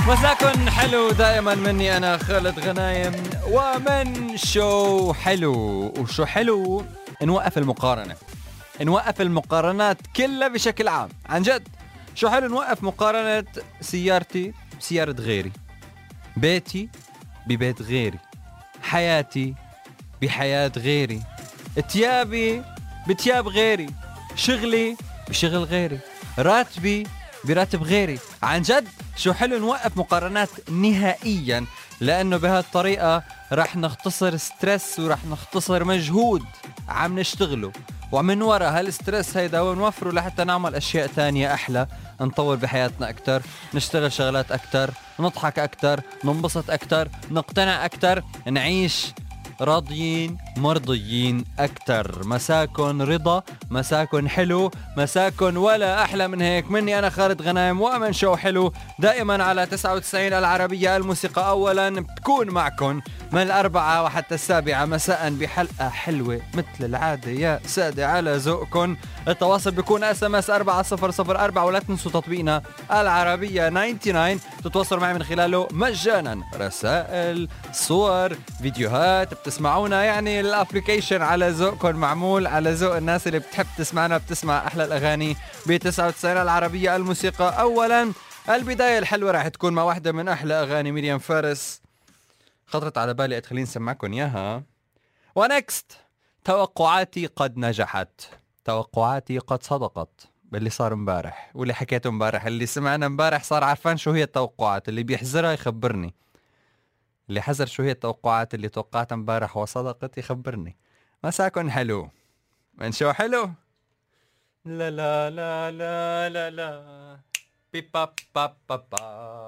مساكن حلو دائما مني أنا خالد غنايم ومن شو حلو. وشو حلو نوقف المقارنة، نوقف المقارنات كلها بشكل عام. عن جد شو حلو نوقف مقارنة سيارتي بسيارة غيري، بيتي ببيت غيري، حياتي بحياة غيري، تيابي بتياب غيري، شغلي بشغل غيري، راتبي براتب غيري. عن جد شو حلو نوقف مقارنات نهائيا، لأنه بهالطريقة رح نختصر ستريس ورح نختصر مجهود عم نشتغله، ومن وراء هالستريس هيدا ونوفره لحتى نعمل أشياء تانية أحلى، نطور بحياتنا أكتر، نشتغل شغلات أكتر، نضحك أكتر، ننبسط أكتر، نقتنع أكتر، نعيش راضيين مرضيين أكتر. مساكن رضا، مساكن حلو، مساكن ولا أحلى من هيك. مني أنا خالد غنايم ومن شو حلو دائما على 99 العربية. الموسيقى أولا بتكون معكم من 4 وحتى 7 مساء بحلقة حلوة مثل العادة يا سادة على ذوقكم. التواصل بيكون SMS 4004 ولا تنسوا تطبيقنا العربية 99 تتواصلوا معي من خلاله مجانا. رسائل، صور، فيديوهات، بتسمعونا يعني الابليكيشن على ذوقكم، معمول على ذوق الناس اللي بتحب تسمعنا بتسمع أحلى الأغاني ب 99 العربية. الموسيقى أولا. البداية الحلوة راح تكون مع واحدة من أحلى أغاني مريم فارس، خطرت على بالي خليني نسمعكم إياها. ونكست، توقعاتي قد نجحت، توقعاتي قد صدقت باللي صار امبارح واللي حكيته امبارح. اللي سمعنا امبارح صار عارفان شو هي التوقعات، اللي بيحزرها يخبرني، اللي حذر شو هي التوقعات اللي توقعتها امبارح وصدقت يخبرني. مساكن حلو من شو حلو. لا لا لا لا لا لا بي با با با با